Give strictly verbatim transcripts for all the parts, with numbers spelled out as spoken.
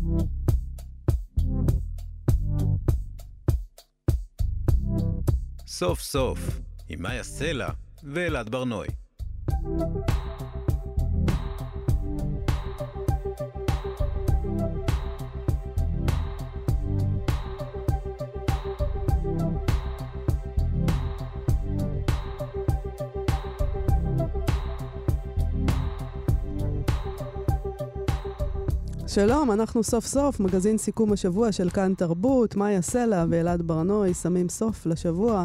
סוף סוף, עם מאיה סלע ואלעד ברנוי. שלום, אנחנו סוף סוף, מגזין סיכום השבוע של כאן תרבות, מאיה סלע ואלעד ברנוי, שמים סוף לשבוע.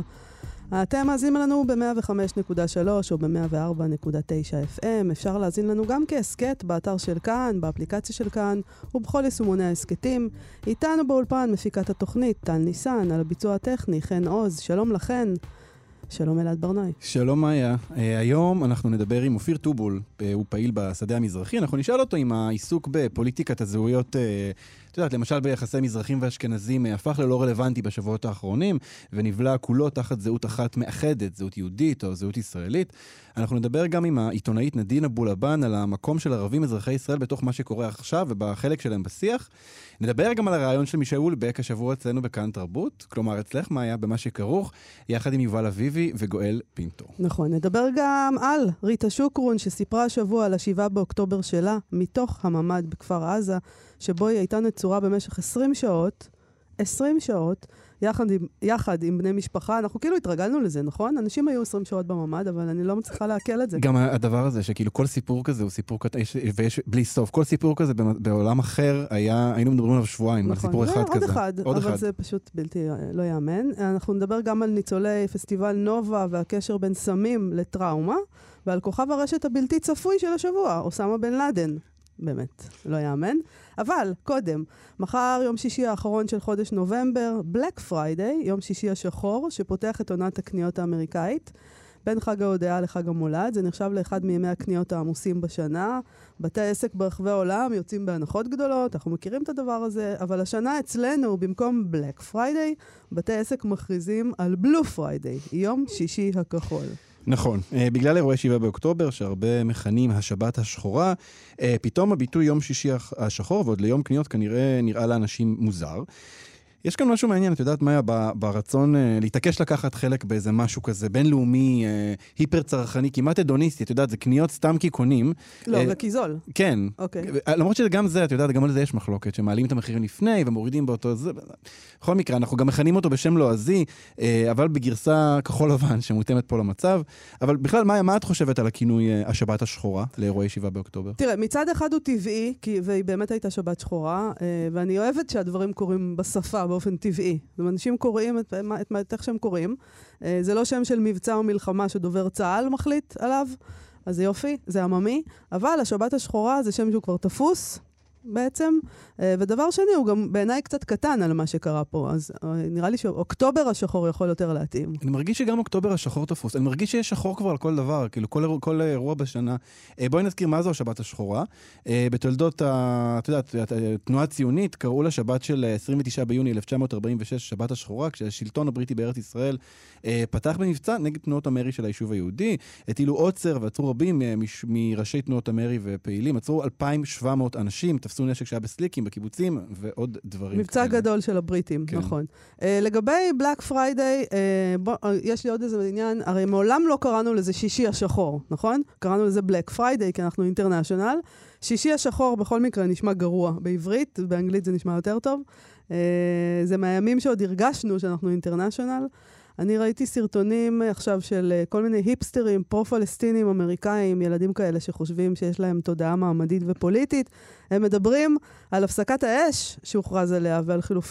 אתם מאזינים לנו ב-מאה וחמש נקודה שלוש או ב-מאה וארבע נקודה תשע אף אם. אפשר להאזין לנו גם כעסקט באתר של כאן, באפליקציה של כאן ובכל יישומוני העסקטים. איתנו באולפן מפיקת התוכנית, טל ניסן, על הביצוע הטכני, חן עוז. שלום לכן. שלום אלעד ברנוי. שלום מאיה. Uh, היום אנחנו נדבר עם אופיר טובול, uh, הוא פעיל בשדה המזרחי. אנחנו נשאל אותו עם העיסוק בפוליטיקת הזהויות, uh, אתה יודעת, למשל ביחסי מזרחים ואשכנזים, uh, הפך ללא רלוונטי בשבועות האחרונים, ונבלע כולו תחת זהות אחת מאחדת, זהות יהודית או זהות ישראלית. אנחנו נדבר גם עם העיתונאית נדין אבו-לבן על המקום של ערבים אזרחי ישראל בתוך מה שקורה עכשיו ובחלק שלהם בשיח. נדבר גם על הרעיון של מישהו אולבק השבוע אצלנו בכאן תרבות, כלומר אצלך מאיה במה שכרוך, יחד עם יובל אביבי וגואל פינטו. נכון, נדבר גם על ריטה שוקרון שסיפרה השבוע על השבעה באוקטובר שלה, מתוך הממד בכפר עזה, שבו היא הייתה נצורה במשך עשרים שעות, עשרים שעות, יחד עם, יחד עם בני משפחה. אנחנו כאילו התרגלנו לזה, נכון? אנשים היו עשרים שעות בממד, אבל אני לא מצליחה להקל את זה. גם הדבר הזה, שכאילו כל סיפור כזה הוא סיפור קטן, ויש בלי סוף, כל סיפור כזה בעולם אחר היה, היינו מדברים עליו שבועיים, נכון, על סיפור אחד עוד כזה. אחד, עוד אבל אחד. זה פשוט בלתי, לא יאמן. אנחנו נדבר גם על ניצולי פסטיבל נובה והקשר בין סמים לטראומה, ועל כוכב הרשת הבלתי צפוי של השבוע, אוסמה בן לאדן. באמת, לא יאמן. אבל, קודם, מחר יום שישי האחרון של חודש נובמבר, בלק פריידיי, יום שישי השחור, שפותח את עונת הקניות האמריקאית. בין חג ההודעה לחג המולד, זה נחשב לאחד מימי הקניות העמוסים בשנה. בתי עסק ברחבי העולם יוצאים בהנחות גדולות, אנחנו מכירים את הדבר הזה, אבל השנה אצלנו, במקום בלק פריידיי, בתי עסק מכריזים על בלו פריידיי, יום שישי הכחול. נכון, בגלל אירועי שבעה באוקטובר, שהרבה מכנים השבת השחורה, פתאום הביטוי יום שישי השחור, ועוד ליום קניות כנראה נראה לאנשים מוזר. יש כאן משהו מעניין, את יודעת מה, ברצון להתעקש לקחת חלק באיזה משהו כזה, בינלאומי, היפר צרכני, כמעט אדוניסטי, את יודעת, זה קניות סתם כי קונים. לא, וכי זול. כן. אוקיי. למרות שגם זה, את יודעת, גם על זה יש מחלוקת, שמעלים את המחירים לפני ומורידים באותו זה. בכל מקרה, אנחנו גם מכנים אותו בשם לועזי, אבל בגרסה כחול לבן, שמותאמת פה למצב. אבל בכלל, מה, מה את חושבת על הכינוי השבת השחורה לאירועי שבעה באוקטובר? תראה, מצד אחד הוא טבעי, כי, והיא באמת הייתה שבת שחורה, ואני אוהבת שהדברים קורים בשפה, באופן טבעי. זאת אומרת, אנשים קוראים את, את, את איך שהם קוראים. זה לא שם של מבצע או מלחמה שדובר צה"ל מחליט עליו, אז זה יופי, זה עממי. אבל השבת השחורה זה שם שהוא כבר תפוס, בעצם. ודבר שני, הוא גם בעיניי קצת קטן על מה שקרה פה. אז נראה לי שאוקטובר השחור יכול יותר להתאים. אני מרגיש שגם אוקטובר השחור תפוס. אני מרגיש שיש שחור כבר על כל דבר, כאילו כל, כל אירוע בשנה. בואי נזכיר מה זו השבת השחורה. בתולדות, את יודעת, התנועה הציונית קראו לשבת של עשרים ותשעה ביוני אלף תשע מאות ארבעים ושש, שבת השחורה, כשהשלטון הבריטי בארץ ישראל פתח במבצע נגד תנועות המרי של היישוב היהודי. הטילו עוצר ועצרו רבים מראשי תנועות המרי ופעילים. עצרו אלפיים ושבע מאות אנשים, תפסו נשק שהיה בסליקים, בקיבוצים ועוד דברים. מבצע כאלה. גדול של הבריטים, כן. נכון. Uh, לגבי בלק פריידיי, uh, uh, יש לי עוד איזה עניין, הרי מעולם לא קראנו לזה שישי השחור, נכון? קראנו לזה בלק פריידיי, כי אנחנו אינטרנשיונל. שישי השחור בכל מקרה נשמע גרוע בעברית, באנגלית זה נשמע יותר טוב. Uh, זה מהימים שעוד הרגשנו שאנחנו אינטרנשיונל. אני ראיתי סרטונים עכשיו של כל מיני היפסטרים, פרו-פלסטינים, אמריקאים, ילדים כאלה שחושבים שיש להם תודעה מעמדית ופוליטית. הם מדברים על הפסקת האש שהוכרז עליה ועל חילופי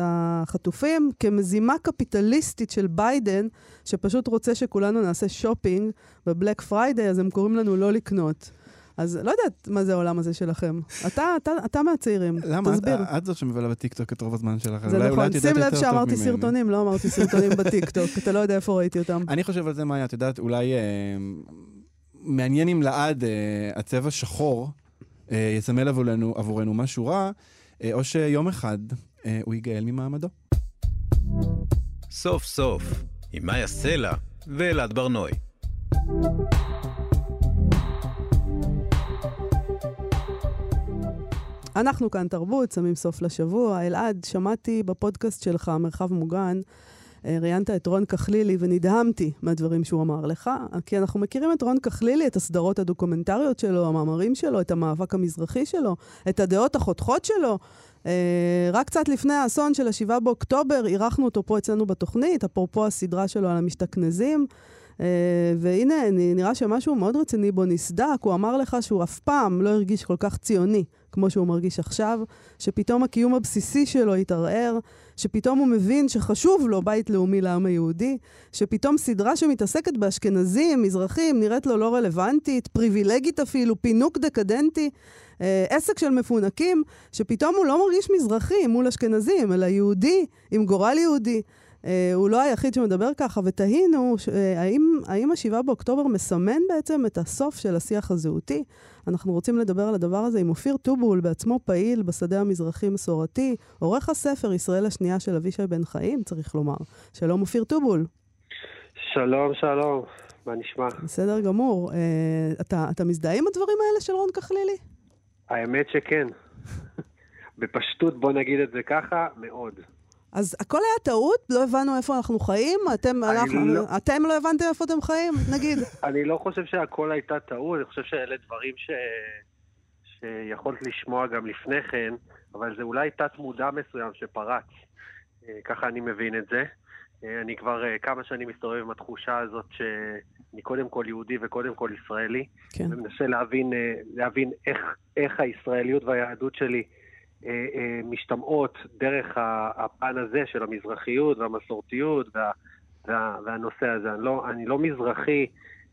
החטופים כמזימה קפיטליסטית של ביידן, שפשוט רוצה שכולנו נעשה שופינג בבלק פריידיי, אז הם קוראים לנו לא לקנות. אז לא יודעת מה זה העולם הזה שלכם. אתה, אתה, אתה מהצעירים. למה? תסביר. את, את זאת שמבלה בטיקטוק את רוב הזמן שלך. זה נכון. שים לב שאמרתי סרטונים, לא אמרתי סרטונים בטיקטוק. אתה לא יודע איפה ראיתי אותם. אני חושב על זה, מאיה, את יודעת, אולי אה, מעניין אם לעד אה, הצבע שחור אה, יסמל עבורנו, עבורנו משהו רע, אה, או שיום אחד אה, הוא יגאל ממעמדו. סוף סוף, עם מאיה סלע ואלעד ברנוי. אנחנו כאן תרבות, שמים סוף לשבוע. אלעד, שמעתי בפודקאסט שלך, מרחב מוגן, ראיינת את רון כחלילי ונדהמתי מהדברים שהוא אמר לך, כי אנחנו מכירים את רון כחלילי, את הסדרות הדוקומנטריות שלו, המאמרים שלו, את המאבק המזרחי שלו, את הדעות החותכות שלו. רק קצת לפני האסון של השבעה באוקטובר, אירחנו אותו פה אצלנו בתוכנית, אפרופו הסדרה שלו על המשתכנזים, והנה, נראה שמשהו מאוד רציני בו נסדק. הוא אמר לך שהוא אף פעם לא הרגיש כל כך ציוני, כמו שהוא מרגיש עכשיו, שפתאום הקיום הבסיסי שלו התערער, שפתאום הוא מבין שחשוב לו בית לאומי לעם היהודי, שפתאום סדרה שמתעסקת באשכנזים, מזרחים, נראית לו לא רלוונטית, פריבילגית אפילו, פינוק דקדנטי, עסק של מפונקים, שפתאום הוא לא מרגיש מזרחי מול אשכנזים, אלא יהודי, עם גורל יהודי. הוא לא היחיד שמדבר ככה, ותהינו, האם, האם השבעה באוקטובר מסמן בעצם את הסוף של השיח הזהותי? אנחנו רוצים לדבר על הדבר הזה עם אופיר טובול, בעצמו פעיל בשדה המזרחי מסורתי, עורך הספר ישראל השנייה של אבישי בן חיים, צריך לומר. שלום אופיר טובול. שלום, שלום. מה נשמע? בסדר גמור. אתה, אתה מזדהה עם הדברים האלה של רון כחלילי? האמת שכן. בפשטות, בוא נגיד את זה ככה, מאוד. אז הכל היה טעות? לא הבנו איפה אנחנו חיים? אתם, אנחנו, לא... אתם לא הבנתם איפה אתם חיים? נגיד. אני לא חושב שהכל הייתה טעות, אני חושב שאלה דברים ש... שיכולת לשמוע גם לפני כן, אבל זה אולי תת מודע מסוים שפרץ. ככה אני מבין את זה. אני כבר כמה שנים מסתובב עם התחושה הזאת שאני קודם כל יהודי וקודם כל ישראלי. כן. ומנסה להבין, להבין איך, איך הישראליות והיהדות שלי משתמעות דרך הפן הזה של המזרחיות והמסורתיות וה, וה, והנושא הזה. אני לא, אני לא מזרחי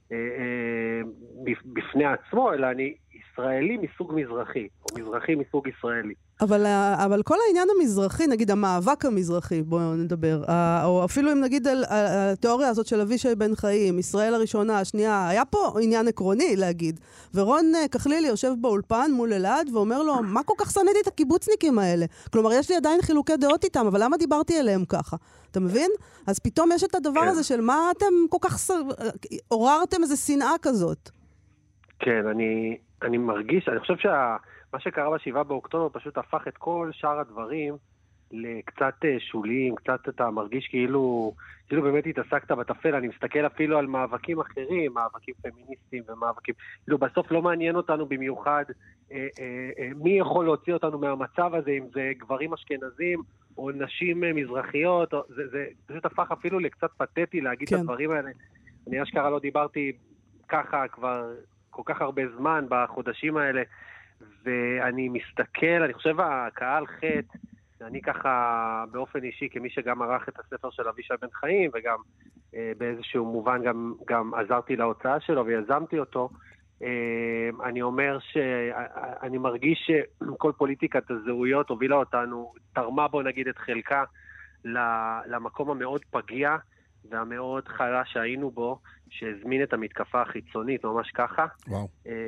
בפני עצמו, אלא אני ישראלי מסוג מזרחי, או מזרחי מסוג ישראלי. אבל, אבל כל העניין המזרחי, נגיד המאבק המזרחי, בואו נדבר, או אפילו אם נגיד על, על התיאוריה הזאת של אבישי בן חיים, ישראל הראשונה, השנייה, היה פה עניין עקרוני להגיד. ורון כחלילי יושב באולפן מול אלעד ואומר לו, מה כל כך שנאתי את הקיבוצניקים האלה? כלומר, יש לי עדיין חילוקי דעות איתם, אבל למה דיברתי אליהם ככה? אתה מבין? אז פתאום יש את הדבר הזה של מה אתם כל כך עוררתם איזו שנאה כזאת. כן, אני, אני מרגיש, אני חושב שה... מה שקרה בשבעה באוקטובר פשוט הפך את כל שאר הדברים לקצת שוליים, קצת אתה מרגיש כאילו, כאילו באמת התעסקת בטפל. אני מסתכל אפילו על מאבקים אחרים, מאבקים פמיניסטיים ומאבקים, כאילו בסוף לא מעניין אותנו במיוחד אה, אה, אה, מי יכול להוציא אותנו מהמצב הזה, אם זה גברים אשכנזים או נשים מזרחיות, או, זה, זה פשוט הפך אפילו לקצת פתטי להגיד כן. את הדברים האלה. אני אשכרה לא דיברתי ככה כבר כל כך הרבה זמן בחודשים האלה, ואני מסתכל, אני חושב הקהל חטא, אני ככה באופן אישי, כמי שגם ערך את הספר של אבישי בן חיים, וגם אה, באיזשהו מובן גם, גם עזרתי להוצאה שלו ויזמתי אותו, אה, אני אומר שאני מרגיש שכל פוליטיקת הזהויות הובילה אותנו, תרמה בו נגיד את חלקה למקום המאוד פגיע והמאוד חלש שהיינו בו, שהזמין את המתקפה החיצונית, ממש ככה. וואו.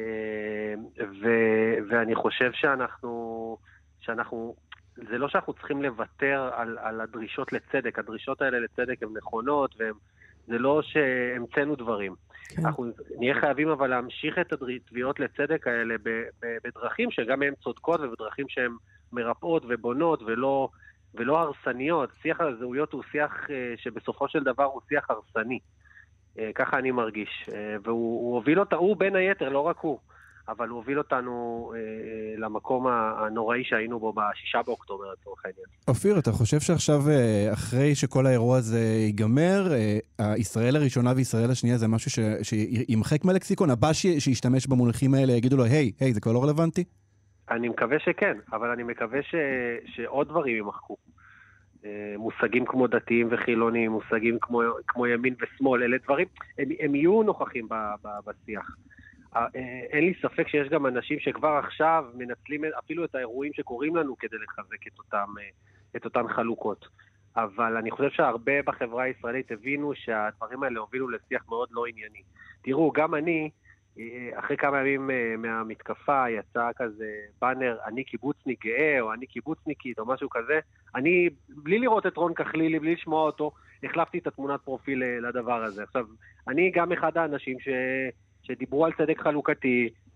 ו- ואני חושב שאנחנו, שאנחנו, זה לא שאנחנו צריכים לוותר על, על הדרישות לצדק. הדרישות האלה לצדק הן נכונות, וזה לא שהמצאנו דברים. כן. אנחנו נהיה חייבים אבל להמשיך את התביעות לצדק האלה ב- ב- בדרכים שגם הן צודקות, ובדרכים שהן מרפאות ובונות ולא, ולא הרסניות. שיח הזהויות הוא שיח שבסופו של דבר הוא שיח הרסני. ככה אני מרגיש, והוא הוביל אותה, הוא בין היתר, לא רק הוא, אבל הוא הוביל אותנו למקום הנוראי שהיינו בו בשישה באוקטובר, לצורך העניין. אופיר, אתה חושב שעכשיו, אחרי שכל האירוע הזה ייגמר, ישראל הראשונה וישראל השנייה זה משהו שימחק מהלקסיקון? הבא שישתמש במונחים האלה יגידו לו, היי, היי, זה כבר לא רלוונטי? אני מקווה שכן, אבל אני מקווה שעוד דברים ימחקו. מושגים כמו דתיים וחילונים, מושגים כמו, כמו ימין ושמאל, אלה דברים, הם, הם יהיו נוכחים ב, ב, בשיח. אין לי ספק שיש גם אנשים שכבר עכשיו מנצלים אפילו את האירועים שקורים לנו כדי לחזק את אותם, את אותן חלוקות. אבל אני חושב שהרבה בחברה הישראלית הבינו שהדברים האלה הובילו לשיח מאוד לא ענייני. תראו, גם אני, אחרי כמה ימים מהמתקפה יצא כזה בנר, אני קיבוצניק גאה, או אני קיבוצניקית, או משהו כזה. אני, בלי לראות את רון כחלילי, בלי לשמוע אותו, החלפתי את התמונת פרופיל לדבר הזה. עכשיו, אני גם אחד האנשים ש... שדיברו על צדק חלוקתי,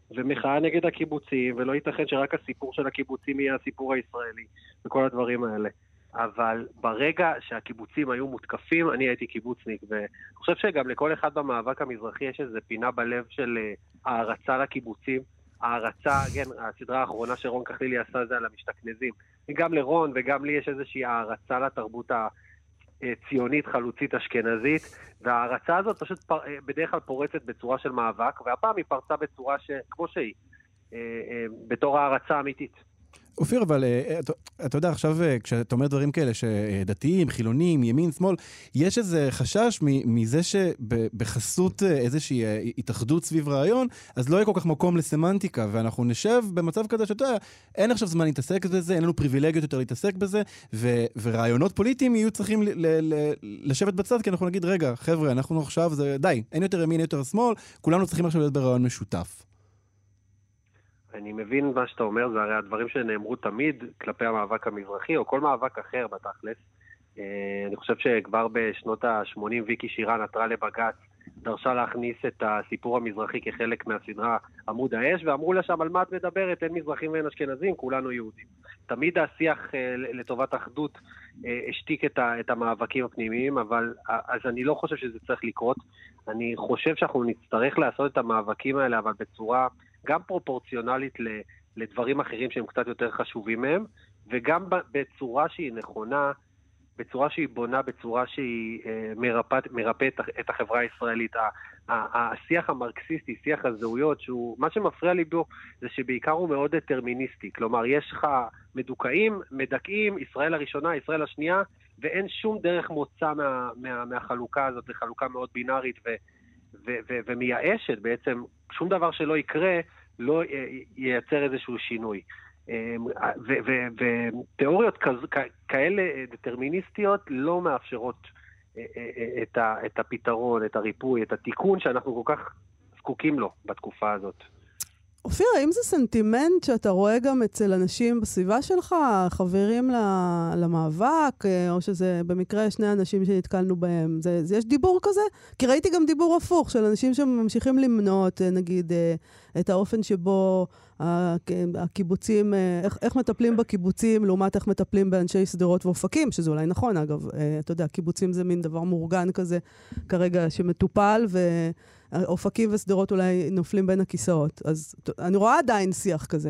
ומחאה נגד הקיבוצים, ולא ייתכן שרק הסיפור של הקיבוצים יהיה הסיפור הישראלי, וכל הדברים האלה. אבל ברגע שהקיבוצים היו מותקפים, אני הייתי קיבוצניק, ואני חושב שגם לכל אחד במאבק המזרחי יש איזו פינה בלב של הערצה לקיבוצים, הערצה, כן, הסדרה האחרונה שרון כחלילי עשה זה על המשתכנזים. גם לרון וגם לי יש איזושהי הערצה לתרבות הציונית, חלוצית, אשכנזית, וההערצה הזאת פשוט פר... בדרך כלל פורצת בצורה של מאבק, והפעם היא פרצה בצורה ש... כמו שהיא, בתור הערצה אמיתית. אופיר, אבל אתה יודע, עכשיו כשאתה אומר דברים כאלה, שדתיים, חילונים, ימין, שמאל, יש איזה חשש מזה שבחסות איזושהי התאחדות סביב רעיון, אז לא יהיה כל כך מקום לסמנטיקה, ואנחנו נשב במצב כזה שאתה יודע, אין עכשיו זמן להתעסק בזה, אין לנו פריבילגיות יותר להתעסק בזה, ורעיונות פוליטיים יהיו צריכים לשבת בצד, כי אנחנו נגיד, רגע, חבר'ה, אנחנו עכשיו, זה די, אין יותר ימין, אין יותר שמאל, כולנו צריכים עכשיו להיות ברעיון משותף. אני מבין מה שאתה אומר, זה הרי הדברים שנאמרו תמיד כלפי המאבק המזרחי, או כל מאבק אחר בתכלס. אני חושב שכבר בשנות ה-שמונים ויקי שירן עתרה לבג"ץ, דרשה להכניס את הסיפור המזרחי כחלק מהסדרה עמוד האש, ואמרו לה שם על מה את מדברת, אין מזרחים ואין אשכנזים, כולנו יהודים. תמיד השיח לטובת אחדות השתיק את המאבקים הפנימיים, אבל אז אני לא חושב שזה צריך לקרות. אני חושב שאנחנו נצטרך לעשות את המאבקים האלה, אבל בצורה גם פרופורציונלית לדברים אחרים שהם קצת יותר חשובים מהם, וגם בצורה שהיא נכונה, בצורה שהיא בונה, בצורה שהיא מרפאת, מרפאת את החברה הישראלית. השיח המרקסיסטי, שיח הזהויות, שהוא, מה שמפריע לי בו זה שבעיקר הוא מאוד דטרמיניסטי. כלומר, יש לך מדוכאים, מדכאים, ישראל הראשונה, ישראל השנייה, ואין שום דרך מוצא מה, מה, מהחלוקה הזאת, זו חלוקה מאוד בינארית ו, ו, ו, ומייאשת בעצם. שום דבר שלא יקרה לא ייצר איזשהו שינוי. ותיאוריות כאלה דטרמיניסטיות לא מאפשרות את הפתרון, את הריפוי, את התיקון שאנחנו כל כך זקוקים לו בתקופה הזאת. אופיר, האם זה סנטימנט שאתה רואה גם אצל אנשים בסביבה שלך, חברים למאבק, או שזה במקרה שני אנשים שנתקלנו בהם? זה, זה יש דיבור כזה? כי ראיתי גם דיבור הפוך של אנשים שממשיכים למנות, נגיד, את האופן שבו הקיבוצים, איך, איך מטפלים בקיבוצים, לעומת איך מטפלים באנשי סדרות ואופקים, שזה אולי נכון, אגב. אתה יודע, קיבוצים זה מין דבר מאורגן כזה, כרגע שמטופל, ואופקים וסדרות אולי נופלים בין הכיסאות. אז אני רואה עדיין שיח כזה.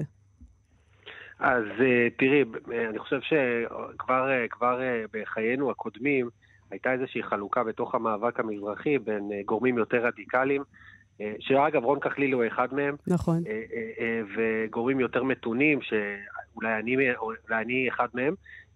אז תראי, אני חושב שכבר כבר בחיינו הקודמים, הייתה איזושהי חלוקה בתוך המאבק המזרחי בין גורמים יותר רדיקליים, שאגב רון כחלילי הוא אחד מהם. נכון. וגורמים יותר מתונים, שאולי אני, אולי אני אחד מהם.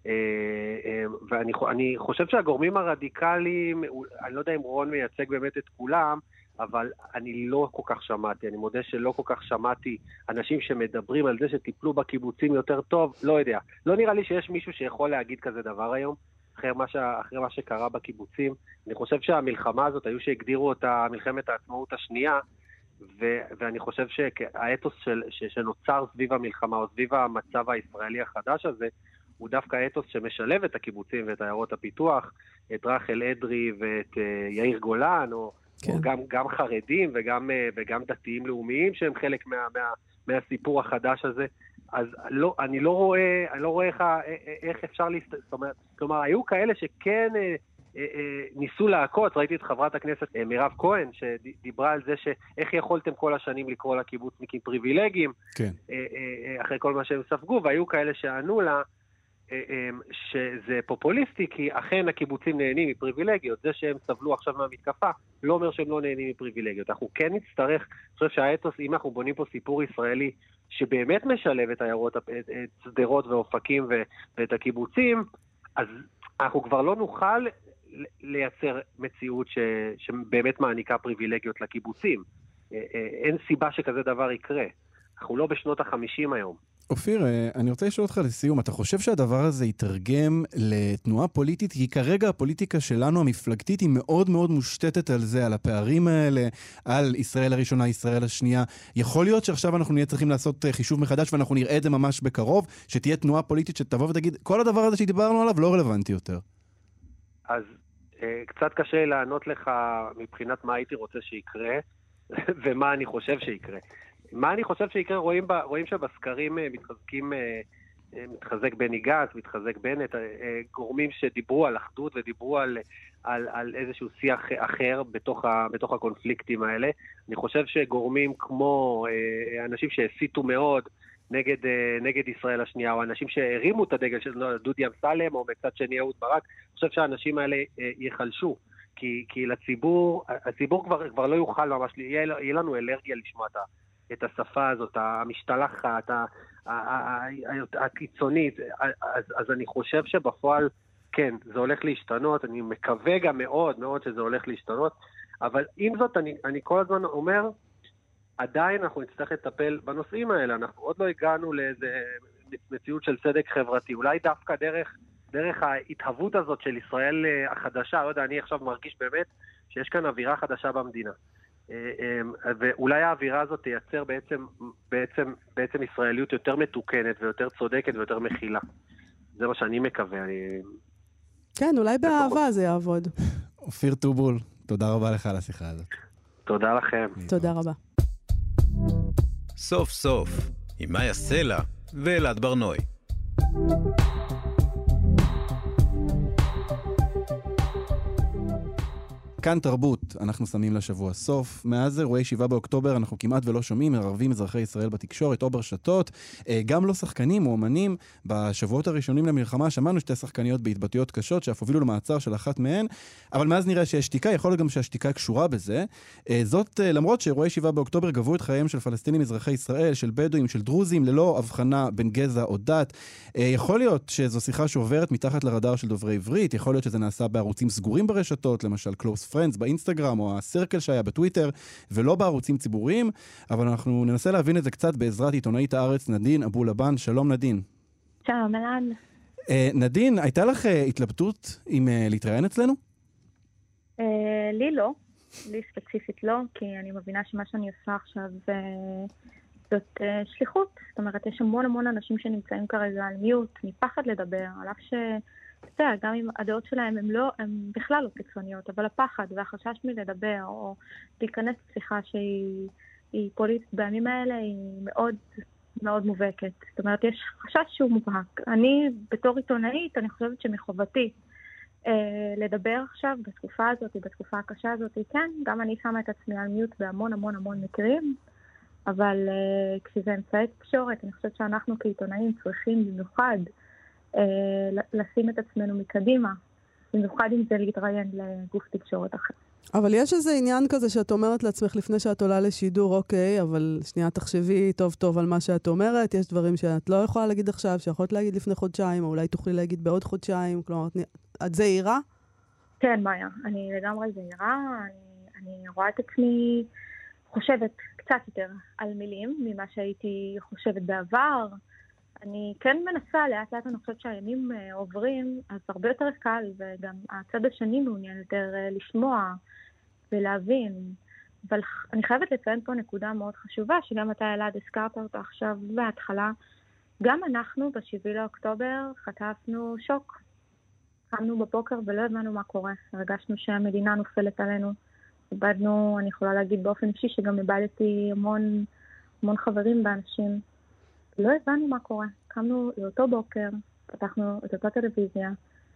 ואני אני חושב שהגורמים הרדיקליים, אני לא יודע אם רון מייצג באמת את כולם, אבל אני לא כל כך שמעתי, אני מודה שלא כל כך שמעתי אנשים שמדברים על זה שטיפלו בקיבוצים יותר טוב, לא יודע. לא נראה לי שיש מישהו שיכול להגיד כזה דבר היום. אחרי מה, ש... אחרי מה שקרה בקיבוצים. אני חושב שהמלחמה הזאת, היו שהגדירו אותה מלחמת העצמאות השנייה, ו... ואני חושב שהאתוס של... ש... שנוצר סביב המלחמה, או סביב המצב הישראלי החדש הזה, הוא דווקא האתוס שמשלב את הקיבוצים ואת עיירות הפיתוח, את רחל אדרי ואת uh, יאיר גולן, או, כן. או גם, גם חרדים וגם, uh, וגם דתיים לאומיים, שהם חלק מה... מה... מהסיפור החדש הזה. אז לא, אני לא רואה, אני לא רואה איך, איך אפשר להסת... זאת אומרת, כלומר, היו כאלה שכן אה, אה, ניסו להכות, ראיתי את חברת הכנסת אה, מירב כהן, שדיברה על זה שאיך יכולתם כל השנים לקרוא לקיבוצניקים פריבילגיים, כן. אה, אה, אחרי כל מה שהם ספגו, והיו כאלה שענו לה, אה, אה, שזה פופוליסטי, כי אכן הקיבוצים נהנים מפריבילגיות, זה שהם סבלו עכשיו מהמתקפה, לא אומר שהם לא נהנים מפריבילגיות. אנחנו כן נצטרך, אני חושב שהאתוס, אם אנחנו בונים פה סיפור ישראלי, שבאמת משלב את העיירות, את סדרות ואופקים ואת הקיבוצים, אז אנחנו כבר לא נוכל לייצר מציאות ש, שבאמת מעניקה פריבילגיות לקיבוצים. אין סיבה שכזה דבר יקרה. אנחנו לא בשנות החמישים היום. אופיר, אני רוצה לשאול אותך לסיום, אתה חושב שהדבר הזה יתרגם לתנועה פוליטית? כי כרגע הפוליטיקה שלנו, המפלגתית, היא מאוד מאוד מושתתת על זה, על הפערים האלה, על ישראל הראשונה, ישראל השנייה. יכול להיות שעכשיו אנחנו נהיה צריכים לעשות חישוב מחדש, ואנחנו נראה את זה ממש בקרוב, שתהיה תנועה פוליטית שתבוא ותגיד, כל הדבר הזה שדיברנו עליו לא רלוונטי יותר. אז קצת קשה לענות לך מבחינת מה הייתי רוצה שיקרה, ומה אני חושב שיקרה. מה אני חושב שיקרה? רואים, ב, רואים שבסקרים מתחזקים, מתחזק בני גנץ, מתחזק בנט, גורמים שדיברו על אחדות ודיברו על, על, על איזשהו שיח אחר בתוך, ה, בתוך הקונפליקטים האלה. אני חושב שגורמים כמו אנשים שהסיתו מאוד נגד, נגד ישראל השנייה, או אנשים שהרימו את הדגל של דודי אמסלם, או מצד שני אהוד ברק, אני חושב שהאנשים האלה יחלשו. כי, כי לציבור, הציבור כבר, כבר לא יוכל ממש, יהיה, יהיה לנו אלרגיה לשמוע את, את השפה הזאת, המשתלחת, הקיצונית. אז, אז אני חושב שבפועל, כן, זה הולך להשתנות, אני מקווה גם מאוד מאוד שזה הולך להשתנות, אבל עם זאת, אני, אני כל הזמן אומר, עדיין אנחנו נצטרך לטפל בנושאים האלה, אנחנו עוד לא הגענו לאיזה מציאות של צדק חברתי, אולי דווקא דרך... דרך ההתהוות הזאת של ישראל החדשה, לא יודע, אני עכשיו מרגיש באמת שיש כאן אווירה חדשה במדינה. ואולי האווירה הזאת תייצר בעצם, בעצם, בעצם ישראליות יותר מתוקנת ויותר צודקת ויותר מכילה. זה מה שאני מקווה. אני... כן, אולי באהבה זה יעבוד. אופיר טובול, תודה רבה לך על השיחה הזאת. תודה לכם. תודה רבה. סוף סוף, עם מאיה סלע ואלעד ברנוי. כאן תרבות, אנחנו שמים לשבוע סוף. מאז אירועי שבעה באוקטובר אנחנו כמעט ולא שומעים ערבים אזרחי ישראל בתקשורת או ברשתות, גם לא שחקנים או אומנים. בשבועות הראשונים למלחמה שמענו שתי שחקניות בהתבטאויות קשות שאף הובילו למעצר של אחת מהן, אבל מאז נראה שיש שתיקה, יכול להיות גם שהשתיקה קשורה בזה. זאת למרות שאירועי שבעה באוקטובר גבו את חייהם של פלסטינים אזרחי ישראל, של בדואים, של דרוזים, ללא הבחנה בין גזע או דת. יכול להיות שזו שיחה שעוברת מתחת לרדאר של דוברי עברית, יכול להיות שזה נעשה בערוצים סגורים ברשתות, למשל Close Friends באינסטגרם או הסרקל שהיה בטוויטר, ולא בערוצים ציבוריים, אבל אנחנו ננסה להבין את זה קצת בעזרת עיתונאית הארץ נדין אבו לבן. שלום נדין. שלום אלעד. נדין, הייתה לך התלבטות אם להתראיין אצלנו? לי לא, לי ספציפית לא, כי אני מבינה שמה שאני עושה עכשיו זאת שליחות. זאת אומרת, יש המון המון אנשים שנמצאים כרגע על מיוט, מפחד לדבר, על אף ש... אתה יודע, גם אם הדעות שלהם הם לא, הם בכלל לא קיצוניות, אבל הפחד והחשש מלדבר או להיכנס לשיחה שהיא פוליטית בימים האלה היא מאוד מאוד מובהקת. זאת אומרת, יש חשש שהוא מובהק. אני בתור עיתונאית, אני חושבת שמחובתי אה, לדבר עכשיו בתקופה הזאת, בתקופה הקשה הזאת, כן, גם אני שמה את עצמי על מיוט בהמון המון המון מקרים, אבל אה, כשזה אמצעי תקשורת, אני חושבת שאנחנו כעיתונאים צריכים במיוחד לשים את עצמנו מקדימה, במיוחד אם זה להתראיין לגוף תקשורת אחר. אבל יש איזה עניין כזה שאת אומרת לעצמך לפני שאת עולה לשידור, אוקיי, אבל שנייה תחשבי טוב טוב על מה שאת אומרת, יש דברים שאת לא יכולה להגיד עכשיו, שיכולת להגיד לפני חודשיים, או אולי תוכלי להגיד בעוד חודשיים, כלומר, את זהירה? כן, מאיה, אני לגמרי זהירה, אני, אני רואה את עצמי חושבת קצת יותר על מילים ממה שהייתי חושבת בעבר, אני כן מנסה, לאט לאט אני חושבת שהימים עוברים, אז הרבה יותר קל, וגם הצד השני מעוניין יותר לשמוע ולהבין. אבל אני חייבת לציין פה נקודה מאוד חשובה, שגם אתה אלעד הזכרת אותה עכשיו בהתחלה. גם אנחנו בשבעה לאוקטובר חטפנו שוק. קמנו בבוקר ולא הבנו מה קורה. הרגשנו שהמדינה נופלת עלינו. איבדנו, אני יכולה להגיד באופן אישי, שגם איבדתי המון, המון חברים באנשים. לא הבנו מה קורה. קמנו לאותו בוקר, פתחנו את אותה טלוויזיה,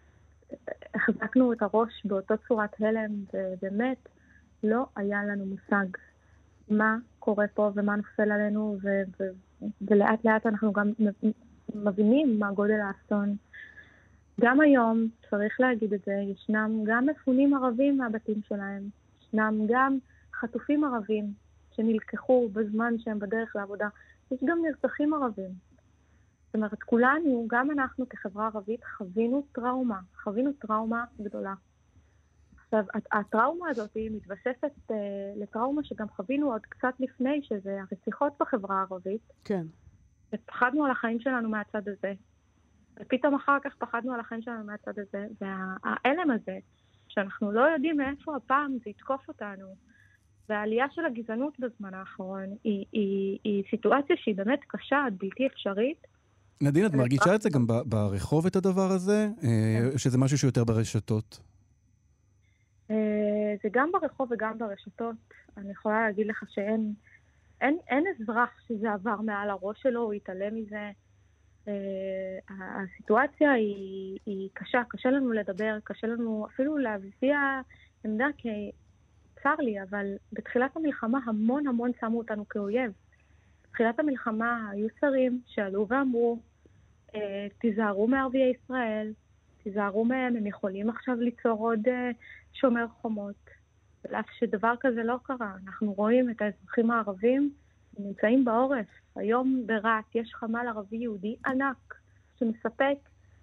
החזקנו את הראש באותו צורת הלם, ובאמת לא היה לנו מושג מה קורה פה ומה נופל עלינו, ו- ו- ולאט לאט אנחנו גם מבינים מה גודל האסון. גם היום, צריך להגיד את זה, ישנם גם מפונים ערבים מהבתים שלהם, ישנם גם חטופים ערבים שנלקחו בזמן שהם בדרך לעבודה, יש גם נרצחים ערבים. זאת אומרת, כולנו, גם אנחנו כחברה ערבית, חווינו טראומה, חווינו טראומה גדולה. עכשיו, הטראומה הזאת היא מתווספת uh, לטראומה שגם חווינו עוד קצת לפני, שזה הרציחות בחברה הערבית. כן. ופחדנו על החיים שלנו מהצד הזה. ופתאום אחר כך פחדנו על החיים שלנו מהצד הזה. והאלם הזה, שאנחנו לא יודעים מאיפה הפעם זה יתקוף אותנו, והעלייה של הגזענות בזמן האחרון היא, היא, היא סיטואציה שהיא באמת קשה, בלתי אפשרית. נדין, את מרגישה את זה גם ברחוב את הדבר הזה? או שזה משהו שיותר ברשתות? זה גם ברחוב וגם ברשתות. אני יכולה להגיד לך שאין אין, אין אזרח שזה עבר מעל הראש שלו, הוא יתעלם מזה. הסיטואציה היא, היא קשה, קשה לנו לדבר, קשה לנו אפילו להביא עמדה, כי צר לי, אבל בתחילת המלחמה המון המון שמו אותנו כאויב. בתחילת המלחמה היו שרים שעלו ואמרו, תיזהרו מערביי ישראל, תיזהרו מהם, הם יכולים עכשיו ליצור עוד שומר חומות. ולאף שדבר כזה לא קרה, אנחנו רואים את האזרחים הערבים נמצאים בעורף. היום ברעת יש חמ"ל ערבי יהודי ענק שמספק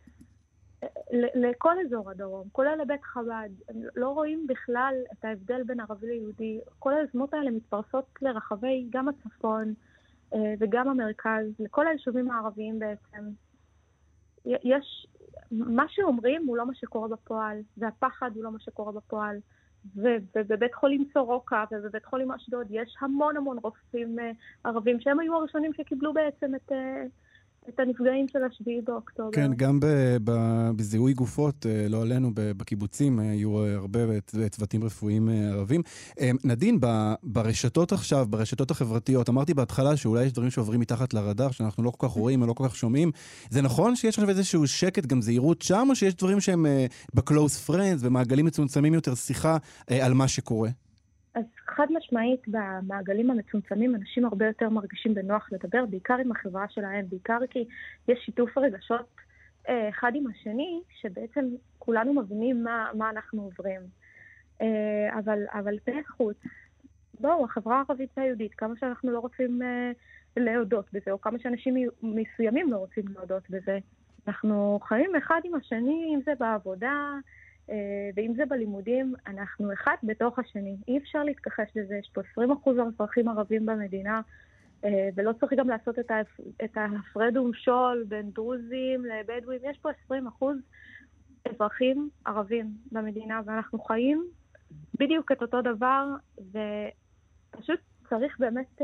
לכל אזור הדרום, כולל לבית חב"ד. לא רואים בכלל את ההבדל בין ערבי ליהודי. כל היוזמות האלה מתפרסות לרחבי גם הצפון וגם המרכז, לכל היישובים הערביים בעצם. יש, מה שאומרים הוא לא מה שקורה בפועל, והפחד הוא לא מה שקורה בפועל. ובבית חולים סורוקה ובבית חולים אשדוד יש המון המון רופאים ערבים שהם היו הראשונים שקיבלו בעצם את, את הנפגעים של השביעי באוקטובר. כן, גם בזיהוי גופות, לא עלינו, בקיבוצים היו הרבה צוותים רפואיים ערבים. נדין, ברשתות עכשיו, ברשתות החברתיות, אמרתי בהתחלה שאולי יש דברים שעוברים מתחת לרדאר, שאנחנו לא כל כך רואים, לא כל כך שומעים. זה נכון שיש עכשיו איזשהו שקט, גם זהירות שם, או שיש דברים שהם בקלוס פרנדס, במעגלים מצומצמים יותר, שיחה על מה שקורה? אז חד משמעית, במעגלים המצומצמים אנשים הרבה יותר מרגישים בנוח לדבר, בעיקר עם החברה שלהם, בעיקר כי יש שיתוף רגשות אה, אחד עם השני, שבעצם כולנו מבינים מה, מה אנחנו עוברים. אה, אבל, אבל פני חוץ, בואו, החברה הערבית והיהודית, כמה שאנחנו לא רוצים אה, להודות בזה, או כמה שאנשים מסוימים לא רוצים להודות בזה, אנחנו חיים אחד עם השני, אם זה בעבודה, ואם זה בלימודים, אנחנו אחד בתוך השני. אי אפשר להתכחש לזה, יש פה עשרים אחוז אזרחים ערבים במדינה, ולא צריך גם לעשות את ההפרד ומשול בין דרוזים לבדואים. יש פה עשרים אחוז אזרחים ערבים במדינה, ואנחנו חיים בדיוק את אותו דבר, ופשוט צריך באמת,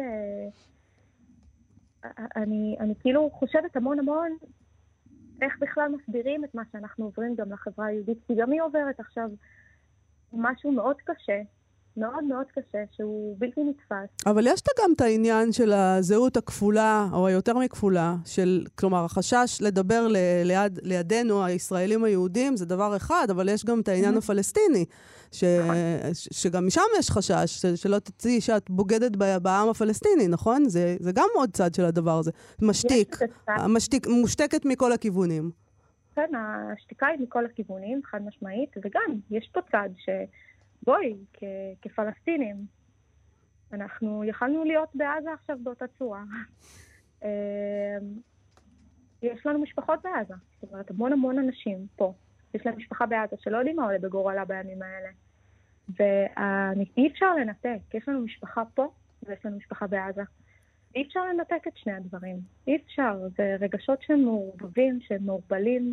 אני, אני כאילו חושבת המון המון, איך בכלל מסבירים את מה שאנחנו עוברים גם לחברה היהודית, כי גם היא עוברת עכשיו משהו מאוד קשה, מאוד מאוד קשה, שהוא בלתי נתפס. אבל יש גם את העניין של הזהות הכפולה, או היותר מכפולה, של, כלומר, החשש לדבר ל- ליד, לידינו, הישראלים היהודים, זה דבר אחד, אבל יש גם את העניין הפלסטיני, ש, ש, שגם משם יש חשש, ש, שלא תצאי שאת בוגדת בעם הפלסטיני, נכון? זה, זה גם עוד צד של הדבר הזה. משתיק, משתיק, מושתקת מכל הכיוונים. כן, השתיקה היא מכל הכיוונים, חד משמעית, וגם יש פה צד ש... בואי, כ- כפלסטינים, אנחנו יכלנו להיות בעזה עכשיו באותה צורה. יש לנו משפחות בעזה, זאת אומרת, המון המון אנשים פה, יש להם משפחה בעזה שלא יודעים מה עולה בגורלה בימים האלה. ואי אפשר לנתק, יש לנו משפחה פה ויש לנו משפחה בעזה. אי אפשר לנתק את שני הדברים, אי אפשר, זה רגשות שהם מעורבבים, שהם מעורבלים.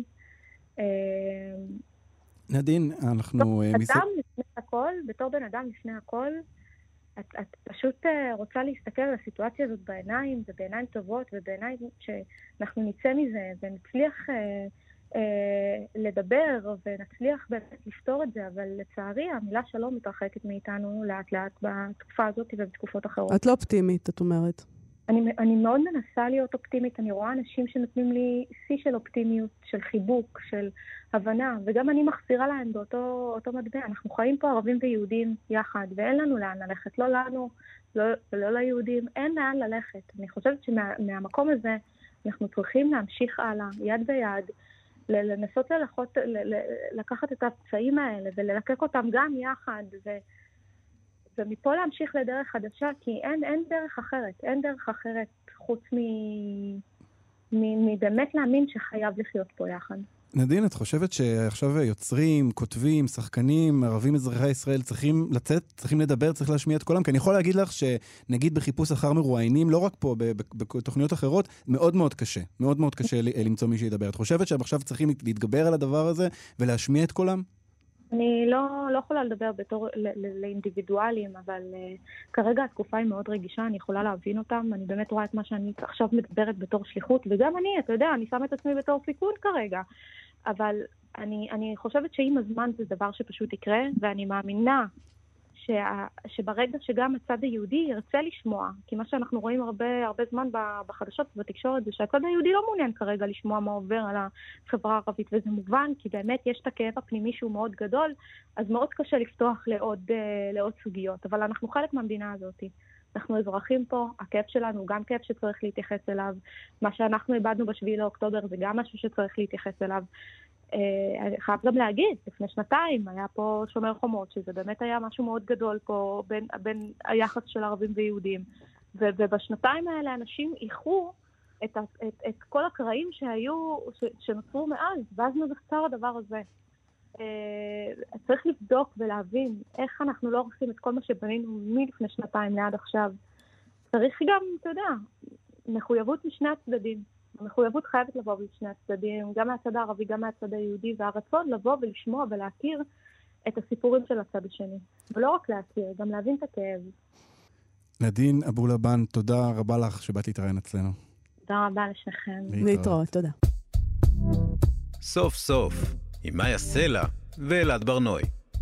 נדין, אנחנו... אדם לפני הכל, בתור בן אדם לפני הכל, את, את פשוט רוצה להסתכל על הסיטואציה הזאת בעיניים, ובעיניים טובות, ובעיניים שאנחנו נצא מזה, ונצליח אה, אה, לדבר, ונצליח באמת לפתור את זה, אבל לצערי המילה שלום מתרחקת מאיתנו לאט לאט בתקופה הזאת ובתקופות אחרות. את לא אופטימית, את אומרת. אני, אני מאוד מנסה להיות אופטימית, אני רואה אנשים שנותנים לי שיא של אופטימיות, של חיבוק, של הבנה, וגם אני מחזירה להם באותו אותו מטבע. אנחנו חיים פה ערבים ויהודים יחד, ואין לנו לאן ללכת, לא לנו, לא, ולא ליהודים, אין לאן ללכת. אני חושבת שמהמקום הזה אנחנו צריכים להמשיך הלאה, יד ביד, לנסות ללכות, לקחת את הפצעים האלה וללקק אותם גם יחד, ו... ומפה להמשיך לדרך חדשה, כי אין, אין דרך אחרת, אין דרך אחרת חוץ מ... מ... מבאמת להאמין שחייב לחיות פה יחד. נדין, את חושבת שעכשיו יוצרים, כותבים, שחקנים, ערבים אזרחי ישראל צריכים לצאת, צריכים לדבר, צריך להשמיע את קולם? כי אני יכול להגיד לך שנגיד בחיפוש אחר מרואיינים, לא רק פה, בתוכניות אחרות, מאוד מאוד קשה, מאוד מאוד קשה למצוא מי שידבר. את חושבת שעכשיו צריכים להתגבר על הדבר הזה ולהשמיע את קולם? אני לא, לא יכולה לדבר בתור, לאינדיבידואלים, אבל uh, כרגע התקופה היא מאוד רגישה, אני יכולה להבין אותם, אני באמת רואה את מה שאני עכשיו מדברת בתור שליחות, וגם אני, אתה יודע, אני שמה את עצמי בתור סיכון כרגע, אבל אני, אני חושבת שעם הזמן זה דבר שפשוט יקרה, ואני מאמינה שה, שברגע שגם הצד היהודי ירצה לשמוע, כי מה שאנחנו רואים הרבה, הרבה זמן בחדשות ובתקשורת זה שהצד היהודי לא מעוניין כרגע לשמוע מה עובר על החברה הערבית, וזה מובן, כי באמת יש את הכאב הפנימי שהוא מאוד גדול, אז מאוד קשה לפתוח לעוד, לעוד סוגיות, אבל אנחנו חלק מהמדינה הזאת. אנחנו אזרחים פה, הכאב שלנו הוא גם כאב שצריך להתייחס אליו, מה שאנחנו איבדנו בשביעי לאוקטובר זה גם משהו שצריך להתייחס אליו. אני חייב גם להגיד, לפני שנתיים היה פה שומר חומות, שזה באמת היה משהו מאוד גדול פה בין, בין היחס של ערבים ויהודים. ו, ובשנתיים האלה אנשים איחו את, את, את כל הקרעים שהיו, ש, שנוצרו מאז, ואז נוצר הדבר הזה. צריך לבדוק ולהבין איך אנחנו לא עושים את כל מה שבנינו מלפני שנתיים לעד עכשיו. צריך גם, אתה יודע, מחויבות משני הצדדים. המחויבות חייבת לבוא משני הצדדים, גם מהצד הערבי, גם מהצד היהודי, והרצון לבוא ולשמוע ולהכיר את הסיפורים של הצד השני. ולא רק להכיר, גם להבין את הכאב. נדין אבו לבן, תודה רבה לך שבאת להתראיין אצלנו. תודה רבה לשניכם. להתראות, תודה. סוף סוף, עם מאיה סלע ואלעד ברנוי.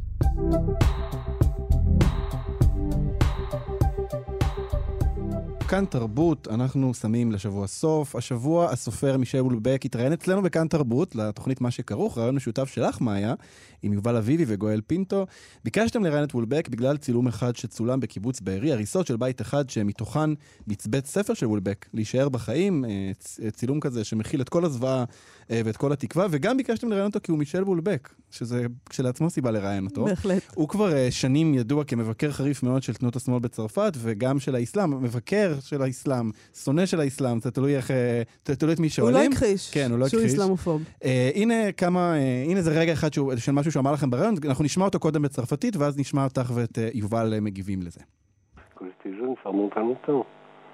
כאן תרבות, אנחנו שמים לשבוע סוף. השבוע הסופר מישל וולבק התראיין אצלנו בכאן תרבות, לתוכנית מה שכרוך, רעיון משותף שלך, מאיה, עם יובל אביבי וגואל פינטו. ביקשתם לראיין את וולבק בגלל צילום אחד שצולם בקיבוץ בארי, הריסות של בית אחד שמתוכן בית ספר של וולבק, להישאר בחיים, צילום כזה שמכיל את כל הזוועה ואת כל התקווה, וגם ביקשתם לראיין אותו כי הוא מישל וולבק, שזה כשלעצמו סיבה לראיין אותו. בהחלט. הוא כבר שנים ידוע כמבקר חריף מאוד של תנועות השמאל בצרפת, וגם של האסלאם, מבקר של האסלאם, שונא של האסלאם, זה תלוי איך, תלוי את מי שואלים. הוא לא הכחיש. כן, הוא לא הכחיש. שהוא אסלאמופוב. אה, הנה כמה, אה, הנה זה רגע אחד שהוא, של משהו שאמר לכם ברעיון, אנחנו נשמע אותו קודם בצרפתית, ואז נשמע אותך ואת אה, יובל אה, מגיבים לזה. Quand j'étais jeune, ça remonte à longtemps.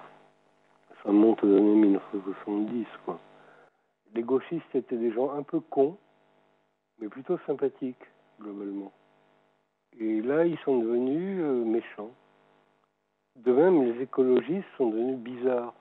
Ça remonte aux années mille neuf cent soixante-dix, quoi. Les gauchistes étaient des gens un peu cons, mais plutôt sympathiques, globalement. Et là, ils sont devenus euh, méchants. De même, les écologistes sont devenus bizarres.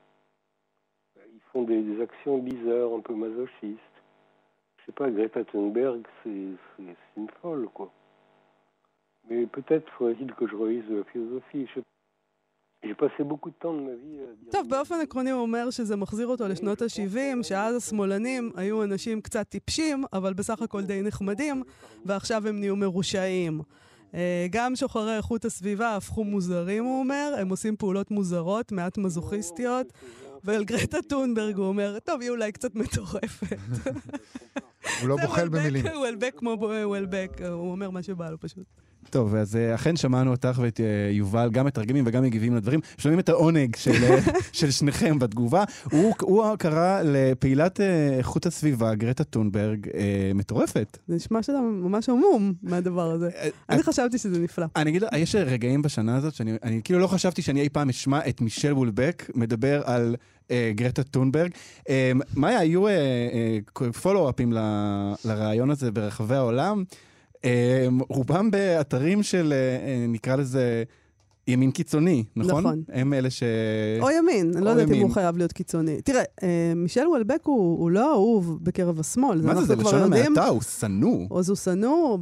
Ils font des, des actions bizarres, un peu masochistes. Je sais pas, Greta Thunberg, c'est, c'est, c'est une folle, quoi. Mais peut-être faudrait-il que je relise de la philosophie. Je sais pas. J'ai passé beaucoup de temps de ma vie à dire... טוב, באופן עקרוני הוא אומר שזה מחזיר אותו לשנות ה-שבעים, שאז השמאלנים היו אנשים קצת טיפשים, אבל בסך הכל די נחמדים, ועכשיו הם נהיו מרושעים. גם שוחרי איכות הסביבה הפכו מוזרים, הוא אומר, הם עושים פעולות מוזרות, מעט מזוכיסטיות, ואל גרטה טונברג הוא אומר, טוב, היא אולי קצת מטורפת. הוא לא בוחל במילים. הוא אלבק כמו הוא אלבק, הוא אומר מה שבא לו פשוט. טוב, אז אכן שמענו אותך ואת יובל, גם מתרגמים וגם מגיבים לדברים. שומעים את העונג של, של שניכם בתגובה. הוא, הוא קרא לפעילת איכות הסביבה, גרטה טונברג, מטורפת. זה נשמע שאתה ממש עמום מהדבר הזה. אני חשבתי שזה נפלא. אני אגיד, יש רגעים בשנה הזאת שאני אני, כאילו לא חשבתי שאני אי פעם אשמע את מישל וולבק מדבר על גרטה טונברג. מאיה, היו פולו-אפים לרעיון הזה ברחבי העולם. רובם באתרים של, נקרא לזה, ימין קיצוני, נכון? נכון. הם אלה ש... או ימין, אני לא יודעת אם הוא חייב להיות קיצוני. תראה, מישל וולבק הוא, הוא לא אהוב בקרב השמאל. מה זה, זה לשון המעטה? הוא סנוע. אז הוא סנוע,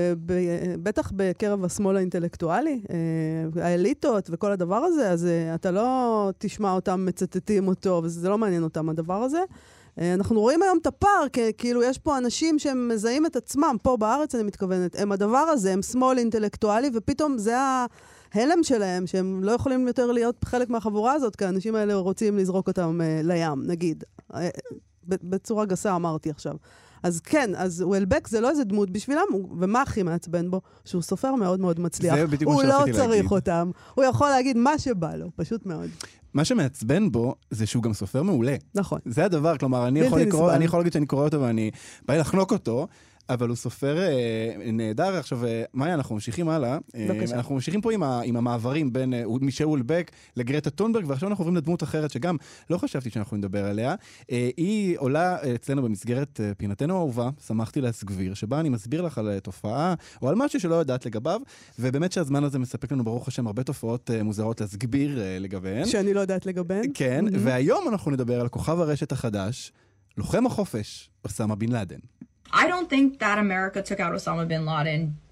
בטח בקרב השמאל האינטלקטואלי, האליטות וכל הדבר הזה, אז אתה לא תשמע אותם מצטטים אותו, וזה לא מעניין אותם הדבר הזה. אנחנו רואים היום את הפאר, כאילו יש פה אנשים שהם מזהים את עצמם, פה בארץ אני מתכוונת, הם הדבר הזה, הם שמאל אינטלקטואלי, ופתאום זה ההלם שלהם, שהם לא יכולים יותר להיות חלק מהחבורה הזאת, כי האנשים האלה רוצים לזרוק אותם לים, נגיד. בצורה גסה אמרתי עכשיו. אז כן, אז וולבק זה לא איזה דמות בשבילם, ומה הכי מעצבן בו? שהוא סופר מאוד מאוד מצליח. הוא לא צריך אותם, הוא יכול להגיד מה שבא לו, פשוט מאוד. מה שמעצבן בו זה שהוא גם סופר מעולה. נכון. זה הדבר, כלומר, אני יכול לקרוא, אני יכול להגיד שאני קורא אותו ואני בא לחנוק אותו, אבל הוא סופר אה, נהדר. עכשיו, אה, מאיה, אנחנו ממשיכים הלאה. בבקשה. אה, אנחנו ממשיכים פה עם, ה, עם המעברים בין אה, מישל וולבק לגרטה טונברג, ועכשיו אנחנו עוברים לדמות אחרת שגם לא חשבתי שאנחנו נדבר עליה. אה, היא עולה אצלנו במסגרת אה, פינתנו האהובה, שמחתי להסגביר, שבה אני מסביר לך על תופעה, או על משהו שלא יודעת לגביו, ובאמת שהזמן הזה מספק לנו ברוך השם הרבה תופעות אה, מוזרות להסגביר אה, לגביהן. שאני לא יודעת לגביהן. כן, mm-hmm. והיום אנחנו נדבר על כוכב הרשת החדש, לוחם החופש, אוסמה בן לאדן. I don't think that America took out Osama bin Laden